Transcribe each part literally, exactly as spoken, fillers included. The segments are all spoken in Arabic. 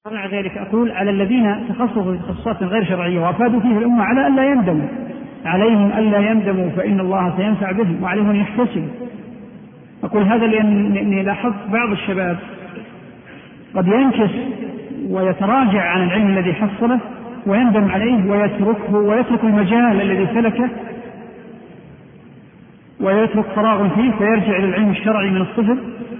مع ذلك أقول على الذين تخصصوا في تخصصات غير شرعية وأفادوا فيه الأمة على أن لا يندموا، عليهم أن لا يندموا فإن الله سينفع بهم، وعليهم أن يحتسبوا. أقول هذا لأني لاحظت بعض الشباب قد ينكس ويتراجع عن العلم الذي حصله ويندم عليه ويتركه ويترك المجال الذي سلكه ويترك فراغ فيه فيرجع إلى العلم الشرعي من الصفر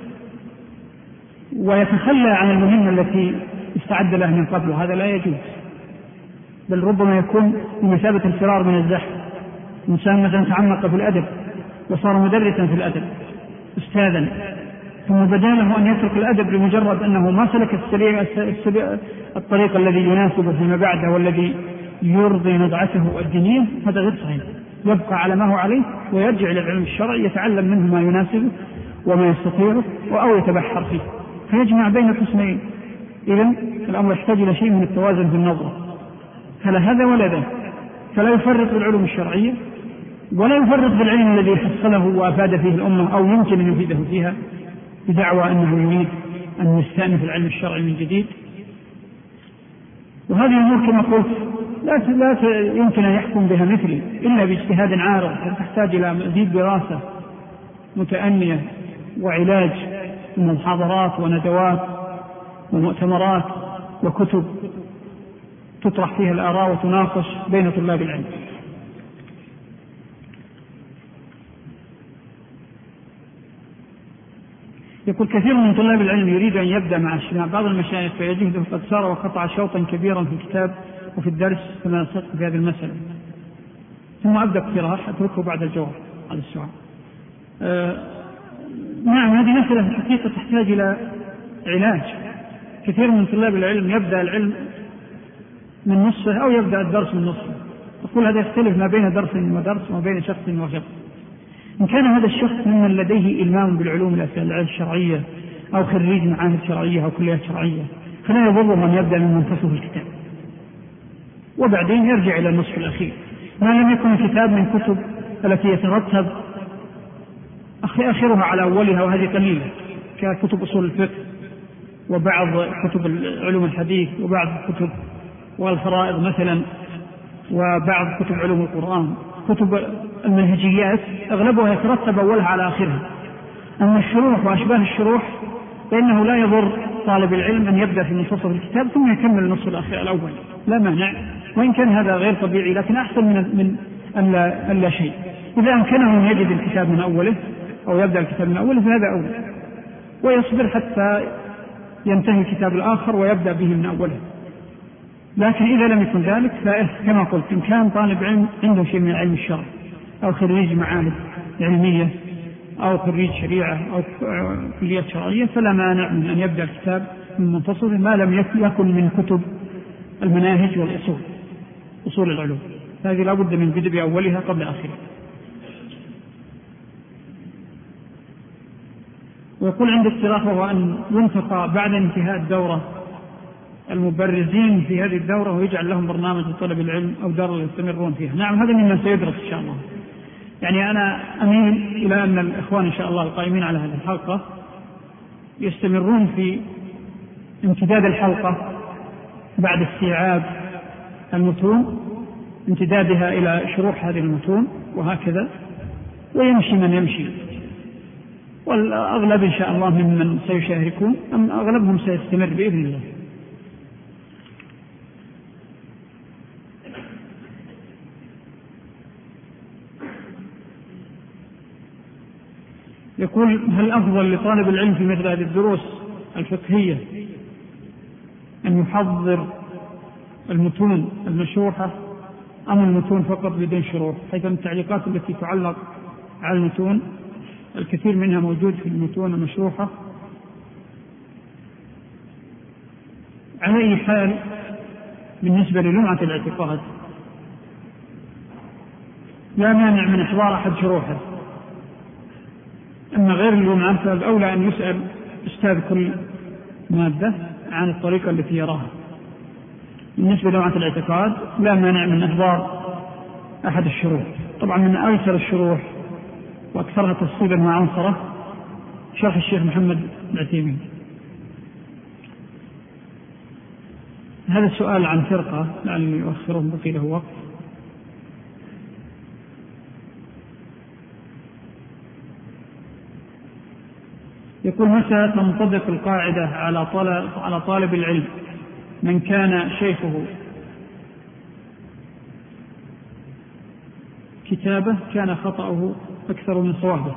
ويتخلى عن المهمة التي استعد له من قبل. هذا لا يجوز، بل ربما يكون بمثابة الفرار من الزحف. إنسان مثلا تعمق في الأدب وصار مدرسا في الأدب أستاذا، ثم بدا له أن يترك الأدب لمجرد أنه ما سلك الطريق الذي يناسبه فيما بعده والذي يرضي نزعته الدينية. هذا غير صحيح، يبقى على ما هو عليه ويرجع إلى العلم الشرعي يتعلم منه ما يناسبه وما يستطيعه أو يتبحر فيه، فيجمع بين القسمين. إذن الأمر يحتاج إلى شيء من التوازن في النظرة، فلا هذا ولا ذا، فلا يفرط بالعلوم الشرعية ولا يفرط بالعلم الذي حصله وأفاد فيه الأمة أو يمكن أن يفيده فيها بدعوى أنه يريد أن يستأنف العلم الشرعي من جديد. وهذه الأمور كما قلت لا لا يمكن أن يحكم بها مثلي إلا باجتهاد عارض، تحتاج إلى مزيد دراسة متأنية وعلاج من محاضرات وندوات ومؤتمرات وكتب تطرح فيها الآراء وتناقش بين طلاب العلم. يقول كثير من طلاب العلم يريد أن يبدأ مع بعض المشايخ فيجده قد سار وقطع شوطا كبيرا في الكتاب وفي الدرس فما صدق في هذه المسألة، ثم أبدأ اقتراح أتركه بعد الجواب على السؤال. آه نعم، هذه مسألة في الحقيقة تحتاج إلى علاج. كثير من طلاب العلم يبدأ العلم من نصفه أو يبدأ الدرس من نصفه. أقول هذا يختلف ما بين درس ودرس وما بين شخص وشخص. إن كان هذا الشخص ممن لديه إلمام بالعلوم الشرعية أو خريج معاهد شرعية أو كليات شرعية فلا يضره أن يبدأ من منتصف الكتاب وبعدين يرجع إلى النصف الأخير، ما لم يكن الكتاب من كتب التي يترتب آخرها على أولها، وهذه قليلة ككتب أصول الفقه وبعض كتب علوم الحديث وبعض كتب والفرائض مثلا وبعض كتب علوم القرآن. كتب المنهجيات أغلبها يترتب أولها على آخرها. أما الشروح وأشباه الشروح فإنه لا يضر طالب العلم أن يبدأ في منتصف الكتاب ثم يكمل النصف الأخير الأول، لا مانع، وإن كان هذا غير طبيعي لكن أحسن من من أن لا, أن لا شيء. إذا أمكنه أن يجد الكتاب من أوله أو يبدأ الكتاب من أوله فهذا أول، ويصبر حتى ينتهي الكتاب الآخر ويبدأ به من أوله. لكن إذا لم يكن ذلك فكما قلت إن كان طالب علم عنده شيء من العلم الشرعي أو خريج معاهد علمية أو خريج شريعة أو كليات شرعية فلا مانع من أن يبدأ الكتاب من منتصفه ما لم يكن من كتب المناهج والأصول أصول العلوم، هذه لا بد من بدء بأولها قبل آخرها. ويقول عند اقتراح وهو أن ينفق بعد انتهاء الدورة المبرزين في هذه الدورة ويجعل لهم برنامج لطلب العلم أو دورة يستمرون فيها. نعم، هذا مما سيدرس إن شاء الله. يعني أنا أميل إلى أن الإخوان إن شاء الله القائمين على هذه الحلقة يستمرون في امتداد الحلقة بعد استيعاب المتون، امتدادها إلى شروح هذه المتون وهكذا، ويمشي من يمشي، والأغلب إن شاء الله ممن سيشاركون أم أغلبهم سيستمر بإذن الله. يقول هل أفضل لطالب العلم في مثل هذه الدروس الفقهية أن يحضر المتون المشروحة أم المتون فقط بدون شروح؟ حيث التعليقات التي تعلق على المتون الكثير منها موجود في المتون المشروحة. على أي حال بالنسبة للمعة الاعتقاد لا مانع من إحضار أحد شروحه، أما غير اللمعة فالأولى أن يسأل أستاذ كل مادة عن الطريقة التي يراها. بالنسبة للمعة الاعتقاد لا مانع من إحضار أحد الشروح. طبعا من أيسر الشروح وأكثرها تفصيلا وعنصرة شرح الشيخ محمد العثيمين. هذا السؤال عن فرقة لعلي يؤخرهم بقي له وقت. يقول: متى تنطبق القاعدة على طالب, على طالب العلم من كان شيخه كتابه كان خطأه أكثر من صوابه؟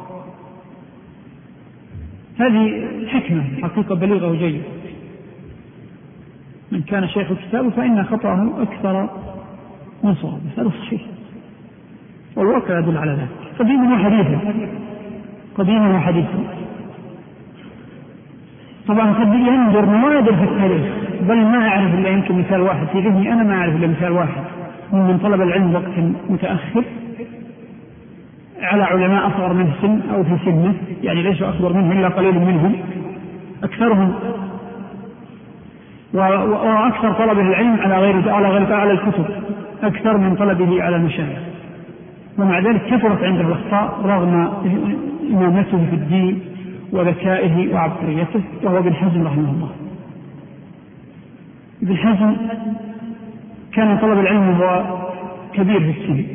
هذه حكمة حقيقة بليغة وجيدة. من كان شيخه كتابه فإن خطأه أكثر من صوابه، هذا صحيح، والواقع يدل على ذلك قديما وحديثا قديما وحديثا. طبعا قد ينظر مواد في التاريخ، بل ما أعرف إلا يمكن مثال واحد في ذهني، أنا ما أعرف إلا مثال واحد من طلب العلم وقت متأخر على علماء أصغر منه سن أو في سنه، يعني ليسوا أكبر منه إلا قليل منهم، أكثرهم وأكثر طلبه العلم على غير على غير على الكتب أكثر من طلبه على المشايخ، ومع ذلك كثرت عنده الأخطاء رغم إمامته في الدين وذكائه وعبقريته، وهو ابن حزم رحمه الله. ابن حزم كان طلب العلم وهو كبير في السن،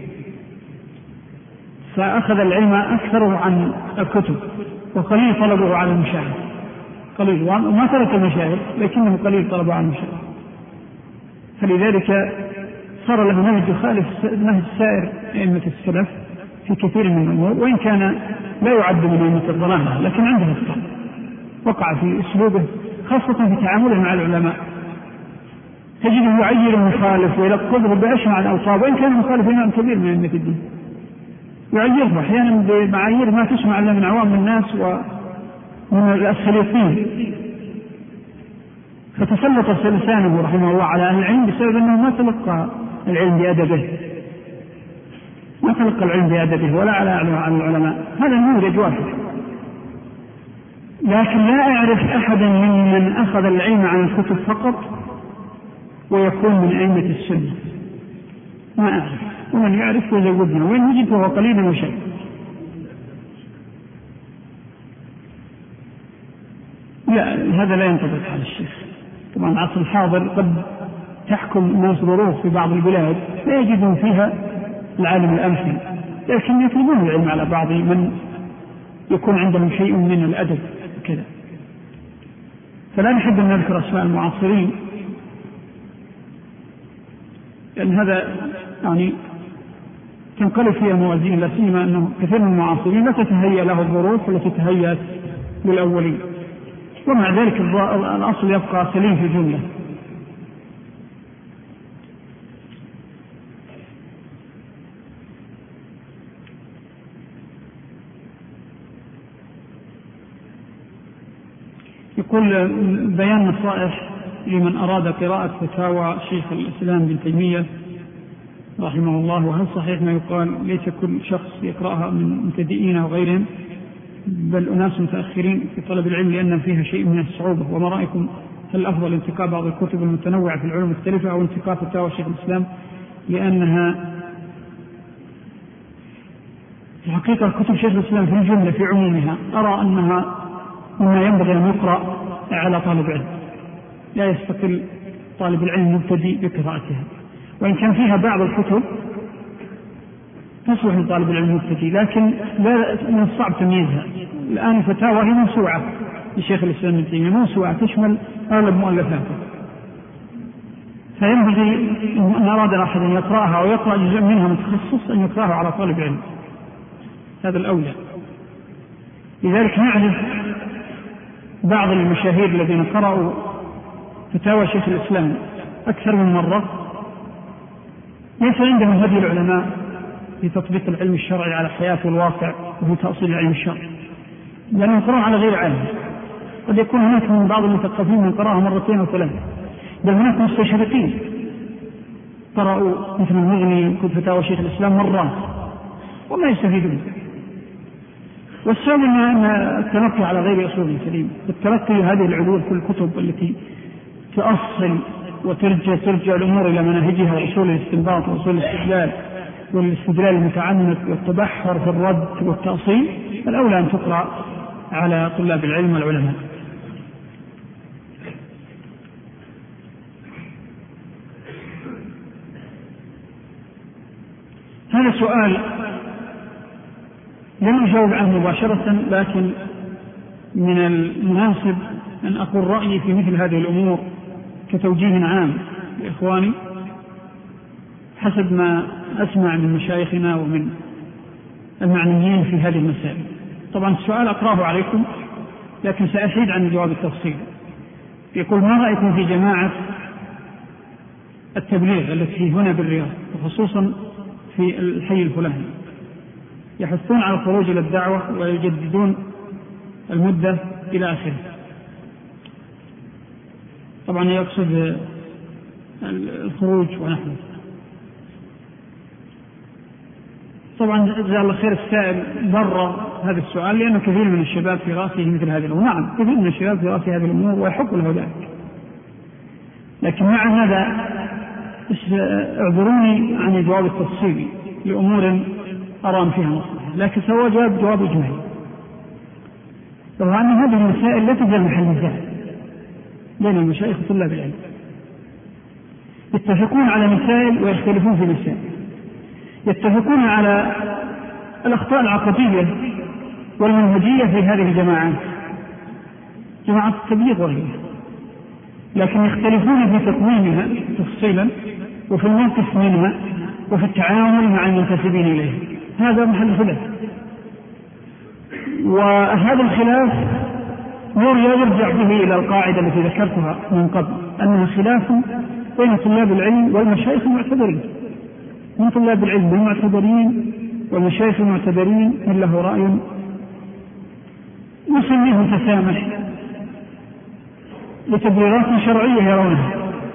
فأخذ العلم أكثر عن الكتب وقليل طلبه على المشايخ، قليل، وما ترك المشايخ لكنه قليل طلبه على المشايخ، فلذلك صار له نهج يخالف نهج سائر أئمة السلف في كثير من الأمور، وإن كان لا يعد من أئمة الضلالة لكن عنده الصح، وقع في أسلوبه خاصة في تعامله مع العلماء، تجده يعير المخالف ويلقبه بأشمع الألقاب، وإن كان مخالف إمام كبير من أئمة الدين يعيره أحيانا بمعايير ما تسمع إلا من عوام الناس ومن السليقين، فتسلط لسانه رحمه الله على أهل العلم بسبب أنه ما تلقى العلم بأدبه، ما تلقى العلم بأدبه ولا على العلماء. هذا نموذج واحد، لكن لا أعرف أحدا ممن أخذ العلم عن الكتب فقط ويكون من أئمة السنة، ما أعرف، ومن يعرف يزودنا، وإن وجد فهو قليل وشيء. لا، هذا لا ينطبق على الشيخ. طبعا العصر الحاضر قد تحكم الناس ظروف في بعض البلاد لا يجدون فيها العالم الأمثل، لكن يطلبون العلم على بعض من يكون عندهم شيء من الأدب كذا. فلا نحب أن نذكر أسماء المعاصرين، لأن هذا يعني تنقلب فيها موازين، لا سيما أنه كثير من المعاصرين لا تتهيأ له الظروف التي تهيأت للأولين، ومع ذلك الأصل يبقى سليم في الجملة. يقول: بيان نصائح لمن أراد قراءة فتاوى شيخ الإسلام ابن تيمية رحمه الله، وهل صحيح ما يقال ليس كل شخص يقرأها من مبتدئين وغيرهم بل أناس متأخرين في طلب العلم لأن فيها شيء من الصعوبة؟ وما رأيكم، هل الأفضل انتقاء بعض الكتب المتنوعة في العلوم المختلفة أو انتقاء فتاوى شيخ الإسلام؟ لأنها في حقيقة كتب شيخ الإسلام في الجملة في عمومها أرى أنها مما ينبغي أن يقرأ على طالب علم، لا يستقل طالب العلم مبتدئ بقراءتها، وإن كان فيها بعض الكتب تصلح لطالب العلم المبتدئ لكن لا من الصعب تمييزها. الآن الفتاوى هي موسوعة لشيخ الإسلام ابن تيمية، موسوعة تشمل أغلب مؤلفاته، فينبغي أن أراد أحد أن يقرأها ويقرأ جزء منها متخصص أن يقرأها على طالب علم، هذا الأولى. لذلك نعرف بعض المشاهير الذين قرأوا فتاوى شيخ الإسلام أكثر من مرة ليس عندهم هدي العلماء في تطبيق العلم الشرعي على حياة الواقع وفي تأصيل العلم الشرعي، لأنهم يقرأون على غير علم. قد يكون هناك من بعض المثقفين من قرأها مرتين وثلاث، بل هناك مستشرقين قرأوا مثل المغني فتاوى شيخ الإسلام مرات وما يستفيدون. والسبب أن التلقي على غير أصول سليم، التلقي هذه العلوم في الكتب التي تأصل وترجع ترجع الأمور إلى مناهجها وأصول الاستنباط وأصول الاستدلال والاستدلال المتعنت والتبحر في الرد والتأصيل، الأولى أن تقرأ على طلاب العلم والعلماء. هذا سؤال لم أجاوب عنه مباشرة، لكن من المناسب أن أقول رأيي في مثل هذه الأمور كتوجيه عام لإخواني حسب ما أسمع من مشايخنا ومن المعنيين في هذه المسائل. طبعا السؤال أقرأه عليكم لكن سأحيد عن الجواب التفصيلي. يقول: ما رأيكم في جماعة التبليغ التي هنا بالرياض وخصوصا في الحي الفلاني يحثون على الخروج إلى الدعوة ويجددون المدة إلى آخره؟ طبعا يقصد الخروج ونحوه. طبعا جزاه الله خير السائل برر هذا السؤال، لأن كثير من الشباب في رأسه مثل هذه الأمور. نعم، كثير من الشباب في رأسه هذه الأمور ويحق له ذلك، لكن مع هذا اعذروني عن الجواب التفصيلي لأمور أرام فيها مصلحة، لكن سوى جواب جواب إجمالي. طبعا هذه المسائل لا تزال محل نزاع بين المشايخ وطلاب العلم، يتفقون على مسائل ويختلفون في مسائل. يتفقون على الأخطاء العقدية والمنهجية في هذه الجماعات، جماعة التبليغ وغيرها، لكن يختلفون في تقويمها تفصيلا وفي الموقف منها وفي التعامل مع المنتسبين إليه. هذا محل خلاف، وهذا الخلاف يرجع به إلى القاعدة التي ذكرتها من قبل، أنها خلاف بين طلاب العلم والمشايخ المعتبرين، من طلاب العلم المعتبرين والمشايخ المعتبرين من له رأي يسميه تسامح لتبريرات شرعية يرونها،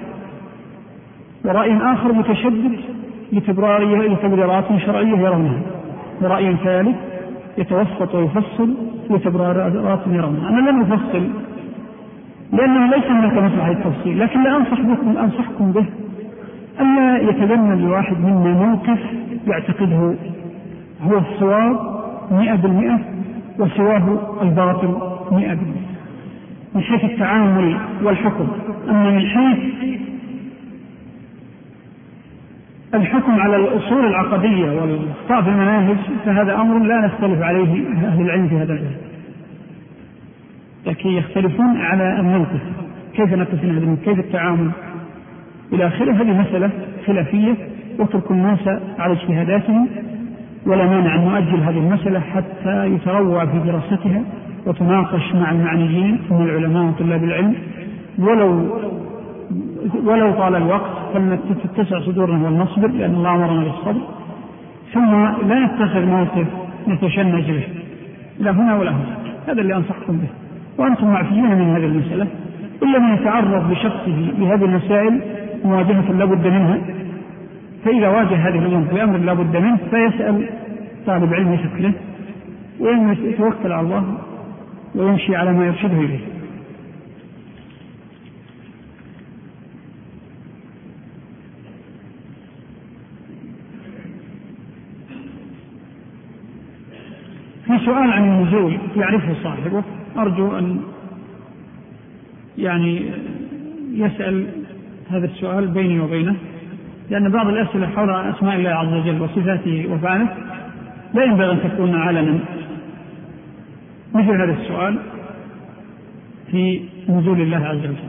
ورأي آخر متشدد لتبريرات شرعية يرونها، ورأي ثالث يتوسط ويفصل لتبريرات يرونها. أنا لن أفصل لأنه ليس هناك مصلحة التفصيل، لكن لا أنصح بكم أنصحكم به ألا يتبنى الواحد منا موقف يعتقده هو الصواب مئة بالمئة وسواه الباطل مئة بالمئة من حيث التعامل والحكم. أما من حيث الحكم على الأصول العقدية والأخطاء في المناهج فهذا أمر لا نختلف عليه أهل العلم في هذا الجانب، لكن يختلفون على الموقف، كيف نقف، كيف التعامل إلى آخره. هذه مسألة خلافية، واترك الناس على اجتهاداتهم، ولا مانع أن نؤجل هذه المسألة حتى يتروى في دراستها وتناقش مع المعنيين من العلماء وطلاب العلم، ولو ولو طال الوقت فلنتسع صدورنا ونصبر، لأن الله أمرنا بالصبر، ثم لا نتخذ موقف نتشنج به لا هنا ولا هنا. هذا اللي أنصحكم به، وأنتم معفيين من هذه المسألة، إلا من يتعرض بشخصه لهذه المسائل مواجهة لا بد منها، فإذا واجه هذه الأمور بأمر لا بد منه فيسأل طالب علم يفكره ويتوكل على الله ويمشي على ما يرشده إليه. في سؤال عن النزول يعرفه صاحبه، أرجو أن يعني يسأل هذا السؤال بيني وبينه، لأن بعض الأسئلة حول أسماء الله عز وجل وصفاته وفعله لا ينبغي أن تكون علنا، مثل هذا السؤال في نزول الله عز وجل.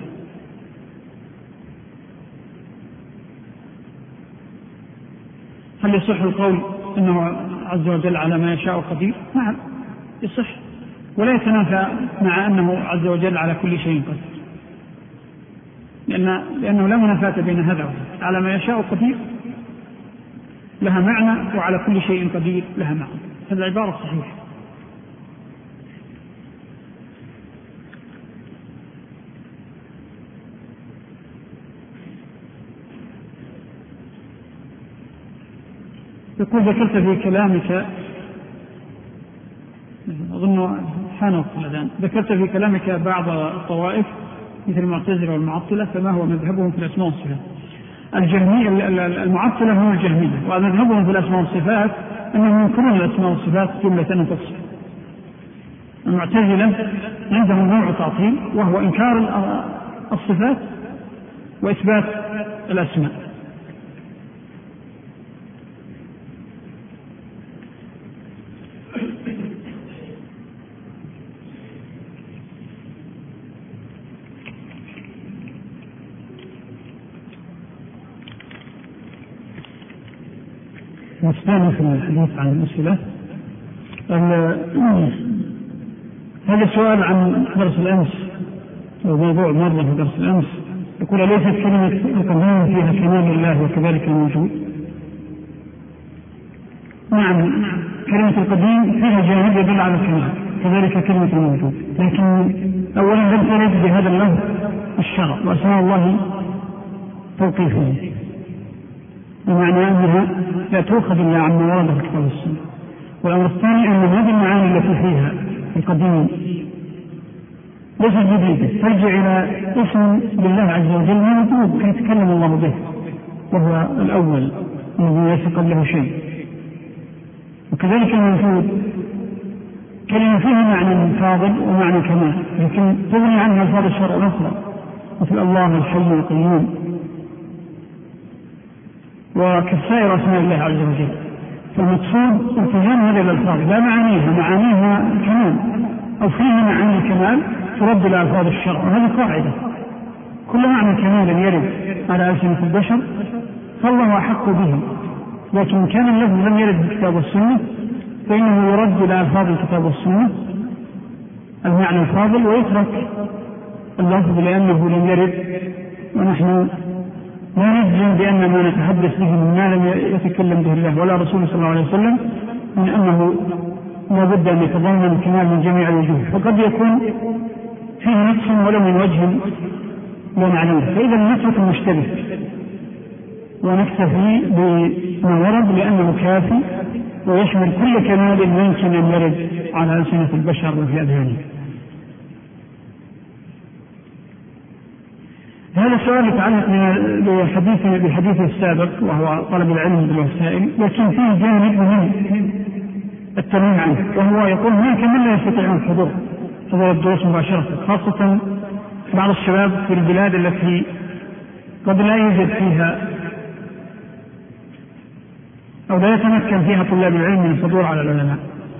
هل يصح القول أنه عز وجل على ما يشاء قدير؟ نعم يصح، ولا يتنافى مع أنه عز وجل على كل شيء قدير، لأن لأنه لا منافاة بين هذا وهذا. على ما يشاء قدير لها معنى، وعلى كل شيء قدير لها معنى، هذه العبارة صحيحة. يقول: ذكرت في كلامك، أظن حان وقت الأذان، ذكرت في كلامك بعض الطوائف مثل المعتزلة والمعطلة، فما هو مذهبهم في الأسماء والصفات؟ الجهمية المعطلة هم الجهمية، ومذهبهم في الأسماء والصفات أنهم ينكرون الأسماء والصفات جملة وتفصيلا. المعتزلة عندهم نوع تعطيل وهو إنكار الصفات وإثبات الأسماء، الثاني في الحديث عن الأسئلة. هذا سؤال عن درس الأمس وموضوع مرة في درس الأمس، يقول ليست كلمة القديم فيها كمال الله وكذلك الموجود؟ نعم، كلمة القديم فيها جانب يدل على الكمال، كذلك كلمة الموجود، لكن أولا لم ترد بهذا اللفظ الشرع، وأسماء الله توقيفية، بمعنى أنها لا تؤخذ إلا عن مواد الكتاب والسنة. والأمر الثاني أن هذه المعاني التي فيها القديم ليست جديدة، ترجع إلى اسم بالله عز وجل موجود كي يتكلم الله به، وهو الأول الذي ليس قبله شيء. وكذلك الموجود كلمة فيها معنى فاضل ومعنى كمال، لكن تغني عنها ألفاظ الشرع الأخرى مثل الله الحي القيوم وكسائر أسماء الله عز وجل. فالمقصود التزام هذه الألفاظ لا معانيها، معانيها الكمال أو فيها معاني الكمال ترد إلى ألفاظ الشرع، وهذه قاعدة. كل معنى كمال يرد على ألسنة البشر فالله أحق به، لكن كان اللفظ لم يرد بالكتاب والسنة فإنه يرد إلى ألفاظ الكتاب والسنة المعنى الفاضل، ويترك اللفظ لأنه لم يرد. ونحن لا نجزم بأن ما نتحدث به من ما لم يتكلم به الله ولا رسول صلى الله عليه وسلم من أنه لا بد أن يتضمن الكمال من جميع الوجوه، فقد يكون فيه نقص ولو من وجه لا نعلمه. فإذا نترك المشتبه ونكتفي بما ورد لأنه كافي ويشمل كل كمال يمكن أن يرد على ألسنة البشر وفي أذهانهم. هذا السؤال يتعلق بحديث بالحديث السابق وهو طلب العلم بالوسائل، لكن فيه جانب مهم التنويه عنه، وهو يقول هناك من لا يستطيعون الحضور حضور الدروس مباشرة، خاصة بعض الشباب في البلاد التي قد لا يوجد فيها أو لا يتمكن فيها طلاب العلم من الحضور على العلماء.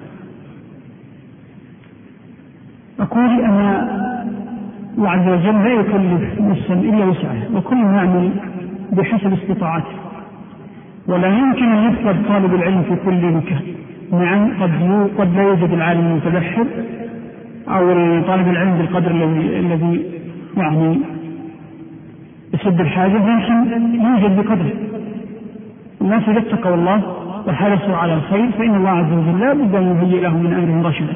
أقول أن الله عز وجل لا يكلف نفسا إلا وسعها، وكل يعمل بحسب استطاعته، ولا يمكن أن يفقد طالب العلم في كل مكان. نعم، قد قد لا يوجد العالم المتبحر أو طالب العلم بالقدر الذي الذي يعني يسد الحاجة، لكن يوجد بقدره. الناس إذا اتقوا الله وحرصوا على الخير فإن الله عز وجل لا بد أن يهيئ لهم من أمرهم رشدا.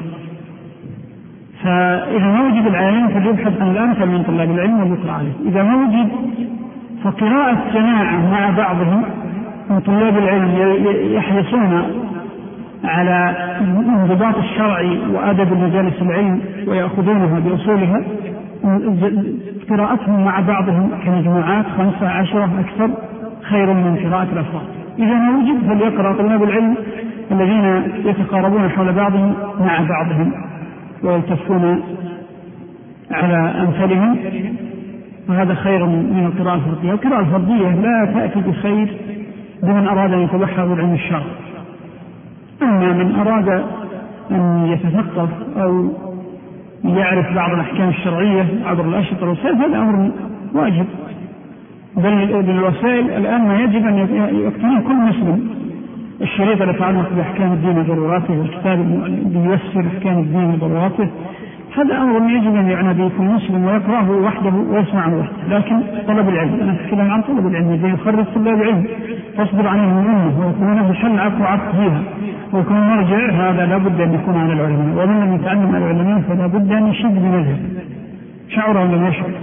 فإذا ما وجد العالم فليبحث عن الأمثل من طلاب العلم ويقرأ عليه. إذا ما وجد فقراءة جماعة مع بعضهم من طلاب العلم يحرصون على انضباط الشرع وآداب مجالس العلم ويأخذونها بأصولها، قراءتهم مع بعضهم كمجموعات خمسة عشرة أكثر خير من قراءة الأفراد. إذا ما وجد فليقرأ طلاب العلم الذين يتقاربون حول بعضهم مع بعضهم ويلتفون على أمثالهم، وهذا خير من القراءة الفردية. والقراءة الفردية لا تأتي بخير بمن أراد أن يتبحر بالعلم الشرعي. أما من أراد أن يتثقف أو يعرف بعض الأحكام الشرعية عبر الأشرطة والوسائل هذا أمر واجب. بل بالوسائل الآن ما يجب أن يقتنع كل مسلم الشريط التي تتعلق بأحكام الدين وضروراته، والكتاب الذي ييسر أحكام الدين وضروراته. هذا أمر يجب أن يعنى به كل مسلم ويقرأه وحده ويسمعه وحده. لكن طلب العلم، أنا أتكلم عن طلب العلم الذي يخرج طلاب العلم تصبر عليهم الأمة ويكون له حل عفو عفو فيها ويكون مرجع، هذا لا بد أن يكون على العلماء. ومن لم يتعلم على العلماء فلا بد أن يشد بمذهب شعر أو لم يشعر.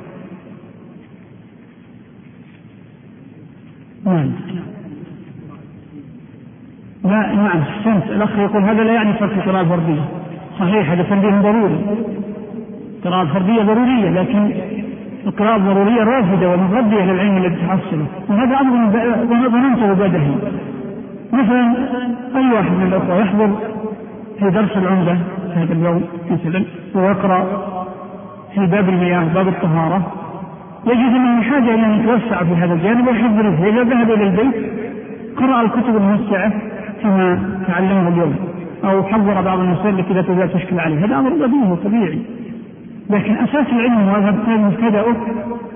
نعم لا نعم السنت الأخ يقول هذا لا يعني فرق القراءة الفردية. صحيح، هذا تنبيه ضروري، القراءة الفردية ضرورية، لكن القراءة الضرورية رافدة ومغذية للعلم الذي تحصله، وهذا أمر ظننته بدهي. مثلا أي واحد من الأخوة يحضر في درس العمدة هذا اليوم مثلا ويقرأ في باب المياه باب الطهارة، يجد أنه حاجة إلى أن يتوسع في هذا الجانب ويحضره. إذا ذهب إلى البيت قرأ الكتب الموسعة كما تعلمه اليوم أو حضر بعض المسائل التي لا تزال تشكل عليه، هذا أمر بديهي وطبيعي. لكن أساس العلم وهذا مبتدأه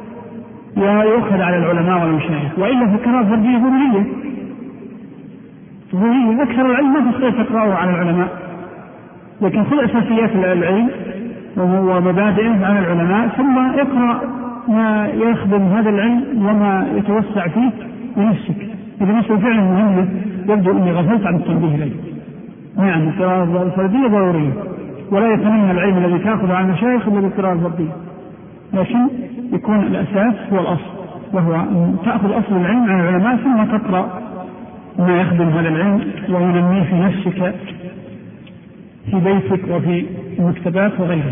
يؤخذ على العلماء والمشايخ، وإلا فالقراءة الفردية ضرورية. فضولية. أكثر العلم ما تستطيع تقرأه على العلماء، لكن خذ أساسيات العلم ومبادئه عن العلماء، ثم اقرأ ما يخدم هذا العلم وما يتوسع فيه لنفسك. إذا مسألة فعلا مهمة يبدو أني غفلت عن التنبيه إليه. نعم القراءة الفردية ضرورية، ولا يتمنى العلم الذي تأخذه عن المشايخ إلا بالقراءة الفردية، لكن يكون الأساس هو الأصل، وهو أن تأخذ أصل العلم عن العلماء ثم تقرأ ما يخدم هذا العلم وينميه في نفسك في بيتك وفي المكتبات وغيرها.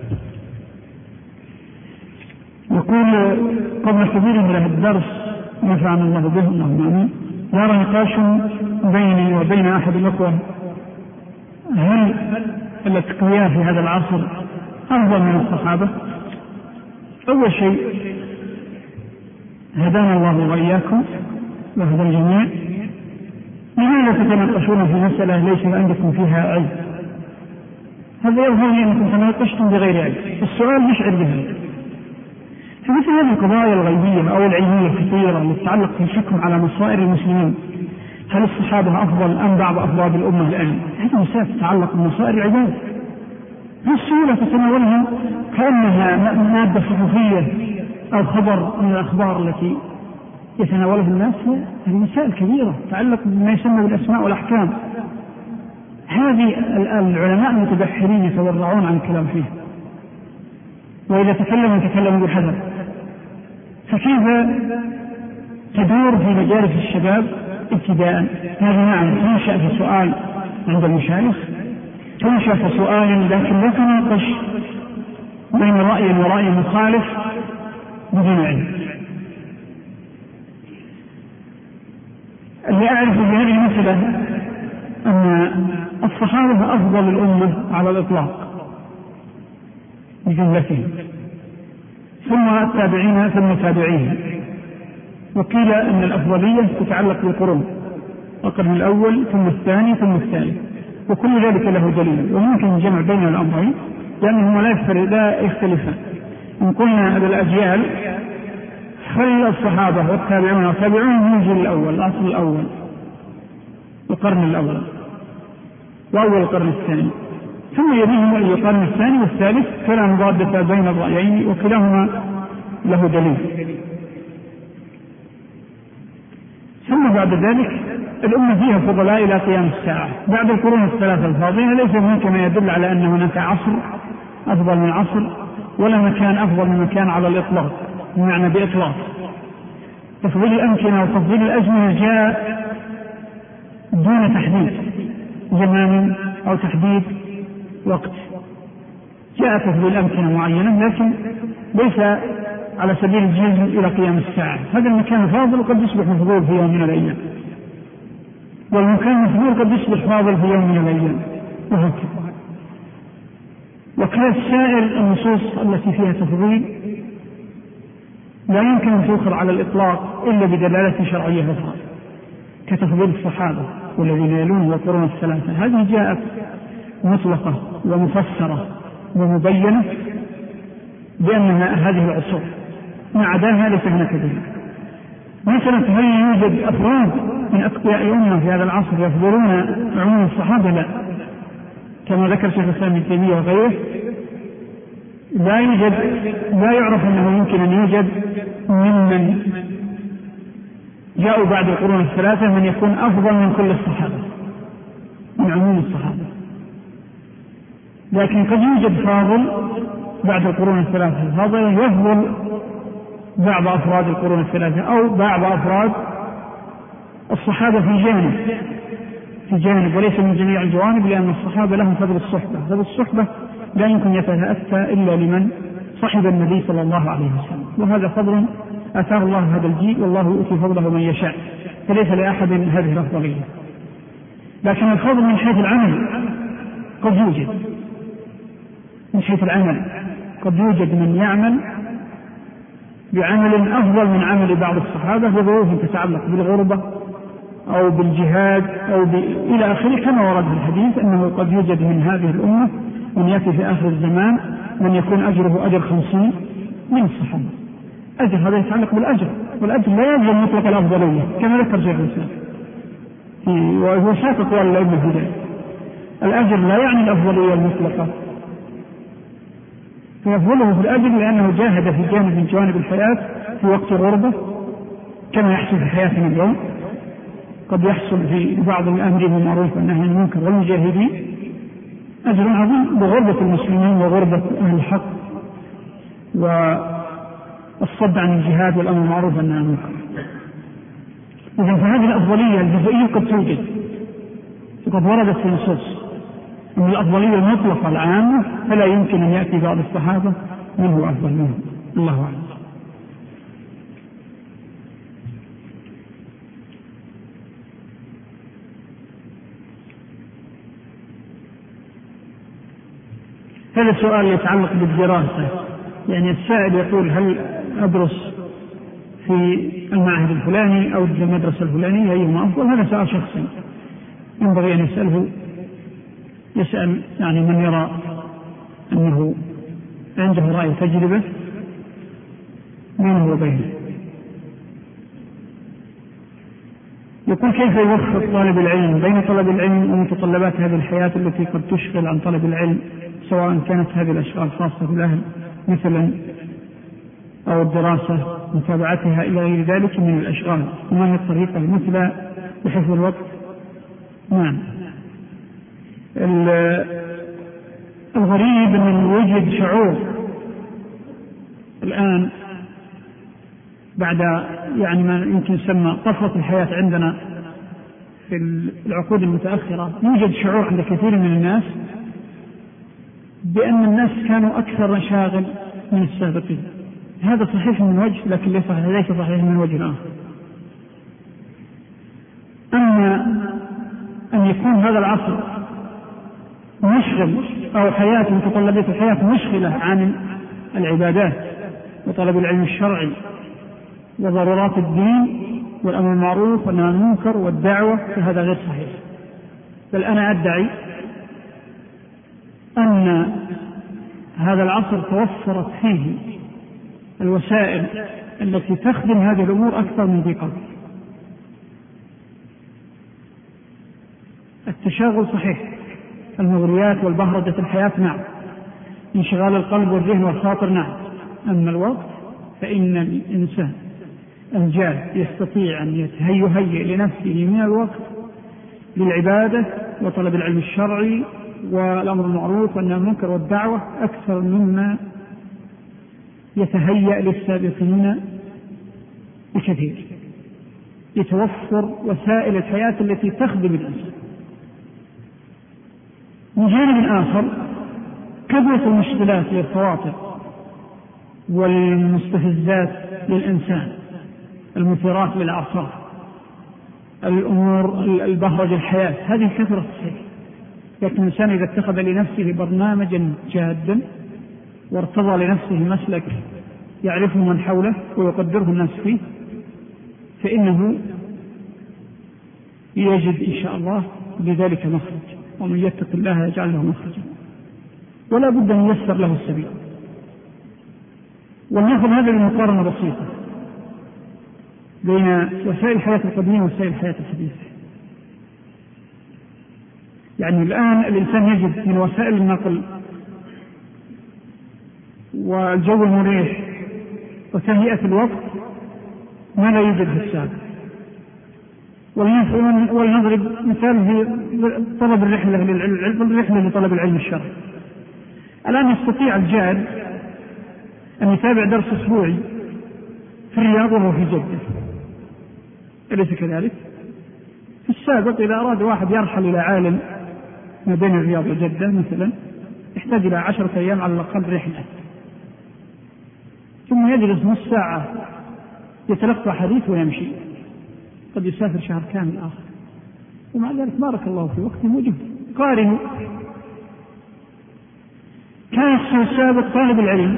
يقول قبل حضور إلى الدرس نفعنا الله به اللهم آمين، يرى نقاش بيني وبين أحد الأخوة هل الأتقياء في هذا العصر أفضل من الصحابة؟ أول شيء هدانا الله وإياكم وهدى الجميع، لماذا تتناقشون في مسألة ليس عندكم فيها علم؟ هذا يظهر لي أنكم تناقشتم بغير علم، السؤال يشعر بها. في مثل هذه القضايا الغيبية أو العلمية الكثيرة التي تتعلق في الحكم على مصائر المسلمين، هل الصحابة أفضل أم بعض أفراد الأمة الآن؟ هذه مسائل تتعلق بمصائر العباد بالسهولة تتناولها كأنها مادة صحفية أو خبر من الأخبار التي يتناولها الناس. هذه مسائل كبيرة تتعلق بما يسمى بالأسماء والأحكام، هذه العلماء المتبحرين يتورعون عن الكلام فيها، وإذا تكلموا يتكلموا بالحذر. فكيف تدور في مجالس الشباب ابتداء؟ هذه نعم تنشأ في سؤال عند المشايخ، تنشأ في سؤال، لكن لا تناقش بين رأي ورأي مخالف بدون علم. اللي أعرف في هذه المسألة أن الصحابة أفضل الأمة على الإطلاق بجملتهم، ثم التابعين ثم التابعين، وقيل أن الأفضلية تتعلق بالقرون، القرن الأول ثم الثاني ثم الثالث، وكل ذلك له دليل، وممكن الجمع بين الأمرين لأنهما لا يختلفان. إن قلنا بالأجيال خلى الصحابة والتابعون والتابعون من الجيل الأول، العصر الأول، القرن الأول وأول القرن الثاني، ثم يليهم القرن الثاني والثالث، فلا مضادة بين الرأيين وكلاهما له دليل. ثم بعد ذلك الأمة فيها فضلاء إلى قيام الساعة. بعد القرون الثلاثة الفاضلة ليس هناك ما يدل على أن هناك عصر أفضل من عصر ولا مكان أفضل من مكان على الإطلاق، بمعنى بإطلاق. تفضيل الأمكنة وتفضيل الأزمنة جاء دون تحديد زمان أو تحديد وقت، جاء تفضيل الأمكنة معينة لكن ليس على سبيل الجزم إلى قيام الساعة. هذا المكان فاضل وقد يصبح مفضول في يوم من الأيام، والمكان مفضول قد يصبح فاضل في يوم من الأيام، وهكذا. وكانت سائر النصوص التي فيها تفضيل لا يمكن أن تؤخذ على الإطلاق إلا بدلالة شرعية أخرى، كتفضيل الصحابة والذين يلون والقرون الثلاثة. هذه جاءت مطلقة ومفسرة ومبينة بأنها هذه العصور، ما عداها ليس هناك دليل. مثلا هل يوجد أفراد من أتقياء الأمة في هذا العصر يفضلون عموم الصحابة؟ لا، كما ذكر شيخ الإسلام ابن تيمية وغيره، لا يوجد، لا يعرف أنه يمكن أن يوجد ممن جاءوا بعد القرون الثلاثة من يكون أفضل من كل الصحابة من عموم الصحابة، لكن قد يوجد فاضل بعد القرون الثلاثة الفاضلة يفضل بعض أفراد القرون الثلاثة أو بعض أفراد الصحابة في جانب في جانب وليس من جميع الجوانب، لأن الصحابة لهم فضل الصحبة. فضل الصحبة لا يمكن يتأتى إلا لمن صحب النبي صلى الله عليه وسلم، وهذا فضل أتاه الله هذا الجيل، والله يؤتي فضله من يشاء، فليس لأحد هذه الأفضلية. لكن الفضل من حيث العمل قد يوجد، من حيث العمل قد يوجد من يعمل بعمل أفضل من عمل بعض الصحابة بظروف تتعلق بالغربة أو بالجهاد أو ب... إلى آخره، كما ورد في الحديث أنه قد يوجد من هذه الأمة من يأتي في آخر الزمان من يكون أجره أجر خمسين من الصحابة. أجر هذا يتعلق بالأجر، والأجر لا يلزم مطلق الأفضلية كما ذكر شيخ الإسلام، وهو شاق أقوال الأئمة في ذلك. الأجر لا يعني الأفضلية المطلقة، فيفضله في الأجر لأنه جاهد في جانب من جوانب الحياة في وقت الغربة كما يحصل في حياتنا اليوم. قد يحصل في بعض الأمر بالمعروف والنهي عن المنكر والمجاهدين أجر عظيم بغربة المسلمين وغربة أهل الحق والصد عن الجهاد والأمر بالمعروف والنهي عن المنكر. إذن فهذه الأفضلية الجزئية قد توجد وقد وردت في النصوص، أما الأفضلية المطلقة العامة فلا يمكن أن يأتي بعض الصحابة من هو أفضل منهم. الله أعلم. هذا السؤال يتعلق بالدراسة، يعني السائل يقول هل أدرس في المعهد الفلاني أو في المدرسة الفلانية أيهما أفضل؟ هذا سؤال شخصي ينبغي أن يسأله يسأل يعني من يرى أنه عنده رأي تجربة بينه وبينه. يقول كيف يوفق طالب العلم بين طلب العلم ومتطلبات هذه الحياة التي قد تشغل عن طلب العلم، سواء كانت هذه الأشغال خاصة بالأهل مثلا أو الدراسة متابعتها إلى غير ذلك من الأشغال، وما هي الطريقة المثلى لحفظ الوقت؟ نعم، الغريب أن يوجد شعور الآن بعد يعني ما يمكن يسمى طفرة الحياة عندنا في العقود المتأخرة، يوجد شعور عند كثير من الناس بأن الناس كانوا أكثر مشاغل من السابقين. هذا صحيح من وجه، لكن ليس صحيح من وجه آخر. أما أن يكون هذا العصر مشغل أو حياة متطلبات الحياة مشغلة عن العبادات وطلب العلم الشرعي وضرورات الدين والأمر بالمعروف والنهي عن المنكر والدعوة، فهذا غير صحيح. بل أنا أدعي أن هذا العصر توفرت فيه الوسائل التي تخدم هذه الأمور أكثر من ذي قبل. التشاغل صحيح، المغريات والبهرجة الحياة نعم، انشغال القلب والذهن والخاطر نعم، أما الوقت فإن الإنسان الجاد يستطيع أن يتهيئ لنفسه من الوقت للعبادة وطلب العلم الشرعي والأمر بالمعروف والنهي عن المنكر والدعوة أكثر مما يتهيأ للسابقين بكثير. يتوفر وسائل الحياة التي تخدم الإنسان. من جانب آخر كثرة المشكلات للخواطر والمستفزات للإنسان، المثيرات للأعصاب، الأمور البهرج الحياة، هذه كثرة صحيح. لكن الإنسان إذا اتخذ لنفسه برنامجا جادا وارتضى لنفسه مسلك يعرفه من حوله ويقدره الناس فيه، فإنه يجد إن شاء الله بذلك مخرج، ومن يتق الله يجعل له مخرجا، ولا بد أن ييسر له السبيل. ونأخذ هذه المقارنة بسيطة بين وسائل الحياة القديمة ووسائل الحياة الحديثة. يعني الآن الإنسان يجد من وسائل النقل والجو المريح وتهيئة الوقت ما لا يوجد في السابق. ولنضرب مثال في طلب الرحلة للعلم، الرحلة لطلب العلم الشرعي. الآن يستطيع الجاد أن يتابع درس أسبوعي في الرياض وهو في جدة، أليس كذلك؟ في السابق إذا أراد واحد يرحل إلى عالم ما بين الرياض وجدة مثلا يحتاج إلى عشرة أيام على الأقل رحلة، ثم يجلس نص ساعة يتلقى حديث ويمشي، قد يسافر شهر كامل آخر، ومع ذلك بارك الله في وقته وجهده. قارنوا، كان في السابق طالب العلم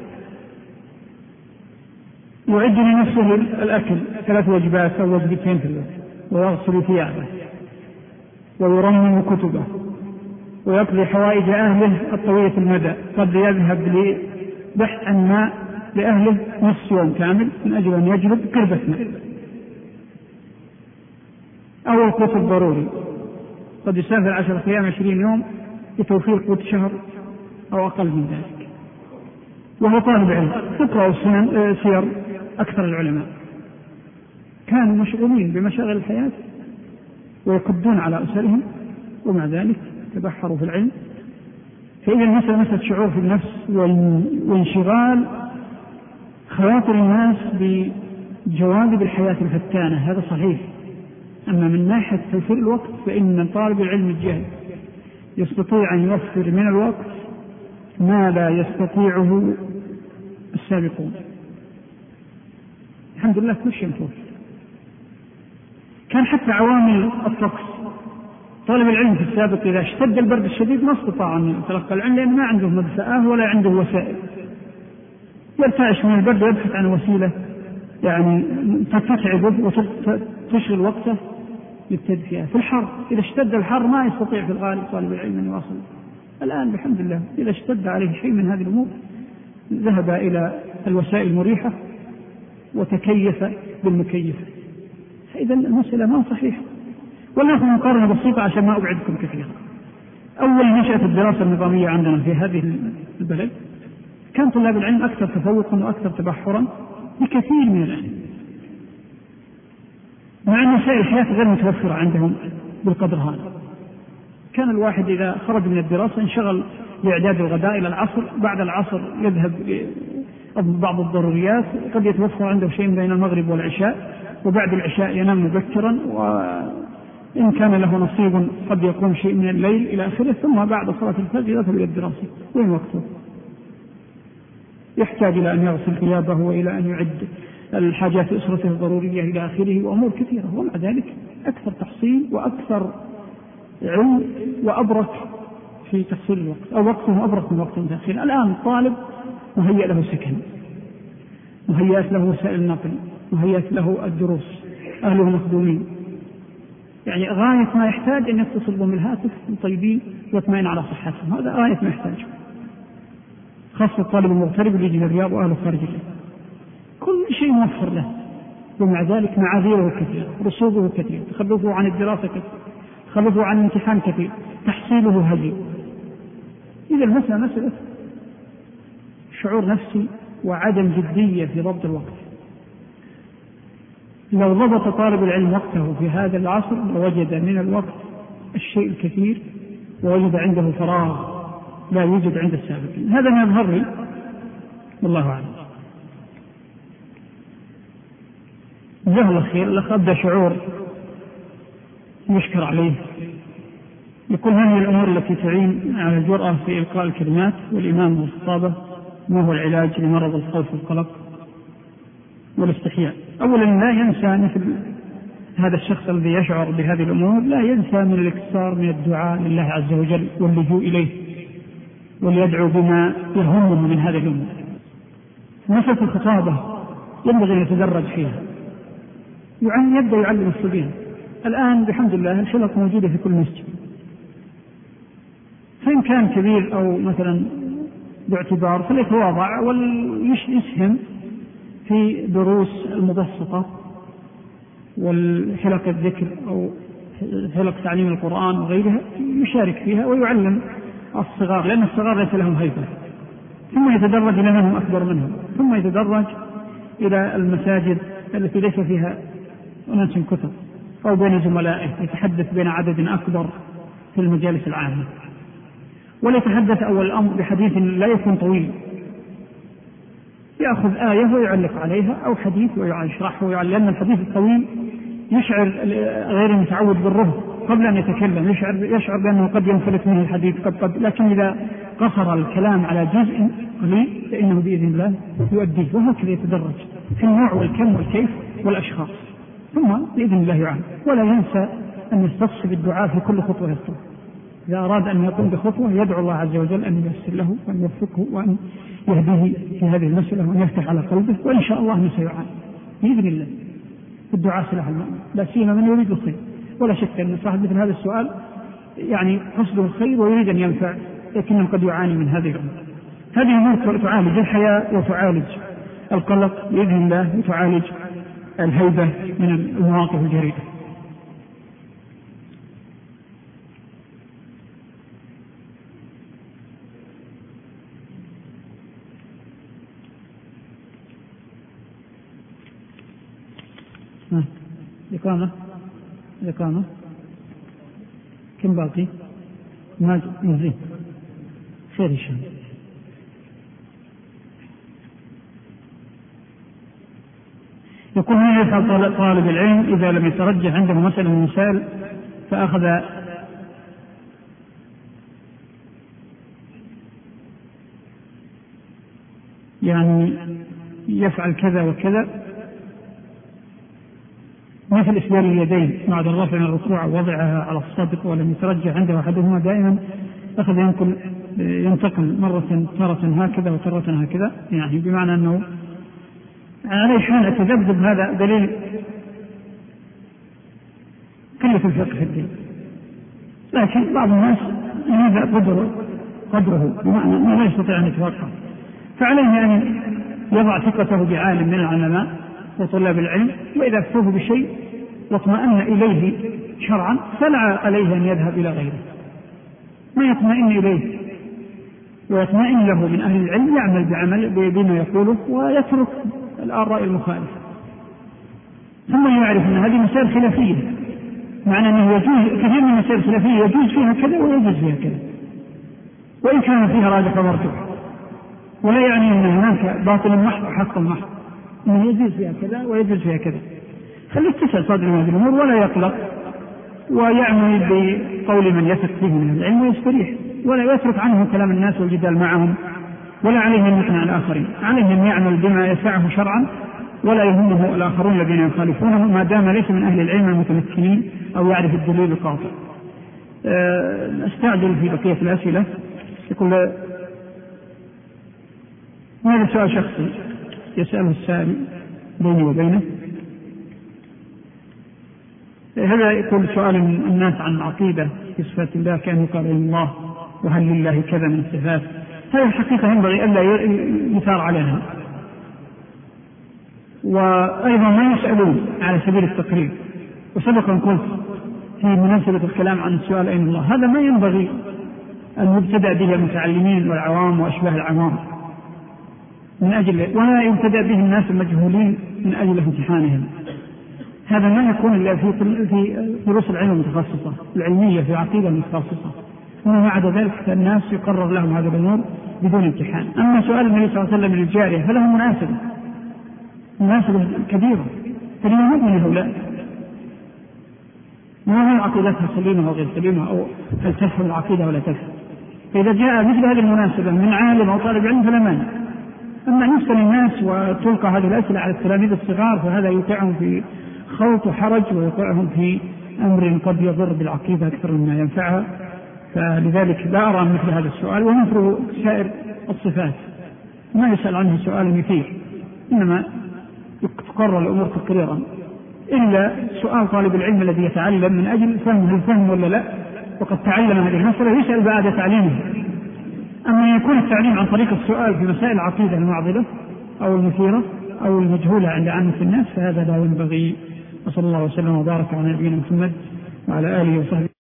يعد لنفسه الأكل ثلاث وجبات أو وجبتين في اليوم، ويغسل ثيابه ويرمم كتبه ويقضي حوائج أهله الطويلة المدى، قد يذهب لبحث عن ماء لأهله نصف يوم كامل من أجل أن يجلب قربة ماء. أو القوت الضروري، قد يسافر عشرة أيام عشرين يوم لتوفير قوت شهر أو أقل من ذلك، وهو طالب علم. تقرأ سير أكثر العلماء كانوا مشغولين بمشاغل الحياة ويقضون على أسرهم، ومع ذلك تبحروا في العلم. فإذا المسألة مسألة شعور في النفس وانشغال خواطر الناس بجوانب الحياة الفتانة، هذا صحيح. أما من ناحية توفير الوقت فإن طالب العلم الجاهل يستطيع أن يوفر من الوقت ما لا يستطيعه السابقون. الحمد لله كل شيء متوفر. كان حتى عوامل الطقس، طالب العلم في السابق إذا اشتد البرد الشديد ما استطاع أن يتلقى العلم لأن ما عنده مدفأة ولا عنده وسائل، يرتعش من البرد ويبحث عن وسيلة يعني تتعبه وتشغل وقته للتدفئة. في الحر إذا اشتد الحر ما يستطيع في الغالب طالب العلم أن يواصل. الآن بحمد الله إذا اشتد عليه شيء من هذه الأمور ذهب إلى الوسائل المريحة وتكيف بالمكيف. فإذا المسألة ما صحيحة. ولنأخذ مقارنة بسيطة عشان ما أبعدكم كثيرا. أول نشأت الدراسة النظامية عندنا في هذه البلد كان طلاب العلم أكثر تفوقا وأكثر تبحرا بكثير من العلم، مع أن وسائل الحياة غير متوفرة عندهم بالقدر هذا. كان الواحد إذا خرج من الدراسة انشغل لإعداد الغداء إلى العصر، بعد العصر يذهب بعض الضروريات، قد يتوفر عنده شيء بين المغرب والعشاء، وبعد العشاء ينام مبكرا، وإن كان له نصيب قد يقوم شيء من الليل إلى آخره، ثم بعد صلاة الفجر يذهب إلى الدراسة. وين وقته؟ يحتاج إلى أن يغسل ثيابه وإلى أن يعد الحاجات أسرته الضرورية إلى آخره وأمور كثيرة. ومع ذلك أكثر تحصيل وأكثر علم وأبرك في تحصيل الوقت، أو وقته أبرك من وقت متأخر. الآن الطالب مهيأ له سكن، مهيأت له وسائل النقل، مهيأت له الدروس، أهله مخدومين، يعني غاية ما يحتاج أن يتصل بهم الهاتف طيبين ويطمئن على صحتهم. هذا غاية ما يحتاجه، خاصة الطالب المغترب اللي يجي من الرياض وأهله خارج الرياض، كل شيء موفر له. ومع ذلك معاذيره كثير، رسوبه كثير، تخلفه عن الدراسة كثير، تخلفه عن الامتحان كثير، تحصيله هزيل. إذا المسألة مسألة شعور نفسي وعدم جدية في ضبط الوقت. لو ضبط طالب العلم وقته في هذا العصر لوجد من الوقت الشيء الكثير، ووجد عنده فراغ لا يوجد عند السابقين. هذا ما يظهر لي والله أعلم. جزاه الله خير. الأخ أبدأ شعور يشكر عليه، يقول هذه الأمور التي تعين على الجرأة في إلقاء الكلمات والإمام والخطابة، ما هو العلاج لمرض الخوف والقلق والاستحياء؟ أولا لا ينسى مثل هذا الشخص الذي يشعر بهذه الأمور لا ينسى من الاكثار من الدعاء لله عز وجل واللجوء إليه، وليدعو بما يهمه من هذه الأمور. مسألة الخطابة ينبغي أن يتدرج فيها، يعني يبدأ يعلم الصبيان. الآن بحمد الله الحلق موجودة في كل مسجد، فإن كان كبير أو مثلا باعتبار فليتواضع ويسهم في دروس المبسطة والحلق الذكر أو حلق تعليم القرآن وغيرها، يشارك فيها ويعلم الصغار، لأن الصغار ليس لهم هيبة. ثم يتدرج إلى من هم أكبر منهم، ثم يتدرج إلى المساجد التي ليس فيها أناس كثر، أو بين زملائه يتحدث بين عدد أكبر في المجالس العامة. وليتحدث أول الأمر بحديث لا يكون طويل، يأخذ آية ويعلق عليها أو حديث ويشرحه ويعلم، لأن الحديث الطويل يشعر غير المتعود بالرهب قبل أن يتكلم، يشعر, يشعر بأنه قد ينفلت منه الحديث قد قد لكن إذا قصر الكلام على جزء قليل فإنه بإذن الله يؤديه. وهكذا يتدرج في النوع والكم والكيف والأشخاص، ثم بإذن الله يعلم. ولا ينسى أن يستصحب الدعاء في كل خطوة يخطوها. إذا أراد أن يقوم بخطوة يدعو الله عز وجل أن ييسر له وأن يوفقه وأن يهديه في هذه المسألة وأن يفتح على قلبه، وإن شاء الله أنه سيعان بإذن الله. الدعاء سلاح المؤمن، لا سيما من يريد الخير. ولا شك أن صاحب مثل هذا السؤال يعني قصده الخير ويريد أن ينفع، لكنه قد يعاني من هذه الأمور. هذه الأمور تعالج الحياة وتعالج القلق بإذن الله، وتعالج الهيبة من المواقف الجريئة. ها الإقامة الإقامة كم باقي؟ ما زين خير إن شاء الله. يقول ما يفعل طالب العلم إذا لم يترجح عنده مسألة من المسائل فأخذ يعني يفعل كذا وكذا مثل إسدال اليدين بعد الرفع من الركوع ووضعها على الصدق ولم يترجح عنده أحدهما دائما أخذ ينقل ينتقل مرة تارة هكذا وتارة هكذا، يعني بمعنى أنه عليه حال التذبذب. هذا دليل قلة الفقه في الدين، لكن بعض الناس هذا قدره قدره بمعنى أنه لا يستطيع أن يتوقع، فعليه أن يضع ثقته بعالم من العلماء وطلاب العلم، وإذا أفتوه بشيء واطمأن إليه شرعا فلا عليه أن يذهب إلى غيره. ما يطمئن إليه ويطمئن له من أهل العلم يعمل بعمل بما يقوله ويترك الآراء المخالفة. ثم يعرف أن هذه مسائل خلافية، معنى أنه يجوز كثير من المسائل الخلافية يجوز فيها كذا ويجوز فيها كذا وإن كان فيها راجح ومرجوح، ولا يعني أن هناك باطل محض وحق محض، أنه يجوز فيها كذا ويجوز فيها كذا. خليه تسأل صادر هذه الأمور ولا يقلق، ويعمل بقول من يثق فيه من العلم ويستريح، ولا يترك عنه كلام الناس والجدال معهم، ولا عليه أن يقنع الآخرين، عليه أن يعمل بما يسعه شرعا ولا يهمه الآخرون الذين يخالفونه ما دام ليس من أهل العلم المتمكنين أو يعرف الدليل القاطع. أستعجل في بقية الأسئلة. يقول هذا سؤال شخصي يسأله السائل بيني وبينه. هذا يقول سؤال الناس عن العقيدة في صفات الله كأنه قال الله وهل لله كذا من الصفات. هذه الحقيقة ينبغي ألا يثار عليها، وأيضا ما يسألون على سبيل التقريب. وسبق أن قلت في مناسبة الكلام عن السؤال أين الله، هذا ما ينبغي أن يبتدأ به المتعلمين والعوام وأشباه العوام من أجل، ولا يبتدأ به الناس المجهولين من أجل امتحانهم. هذا ما يكون إلا في في دروس العلم المتخصصة العلمية في العقيدة المتخصصة، وما بعد ذلك فالناس يقرر لهم هذا الأمور بدون امتحان. أما سؤال النبي صلى الله عليه وسلم للجارية فله مناسبة مناسبة كبيرة، فليهم من هؤلاء ما هو عقيدتها سليمة أو غير سليمة، أو هل تفهم العقيدة ولا تفهم. فإذا جاء مثل هذه المناسبة من عالم أو طالب علم فلا مانع. أما أن يسأل الناس وتلقى هذه الأسئلة على التلاميذ الصغار فهذا يوقعهم في خوف وحرج ويوقعهم في أمر قد يضر بالعقيدة أكثر مما ينفعها. فلذلك لا أرى مثل هذا السؤال، ومثل سائر الصفات ما يسأل عنه سؤال مثير، إنما تقرر الأمور تقريرا، إلا سؤال طالب العلم الذي يتعلم من أجل فهم الفهم ولا لا، وقد تعلم هذه المسألة يسأل بعد تعليمه. أما يكون التعليم عن طريق السؤال في مسائل العقيدة المعضلة أو المثيرة أو المجهولة عند عامة الناس فهذا لا ينبغي. وصلى الله وسلم وبارك على نبينا محمد وعلى آله وصحبه.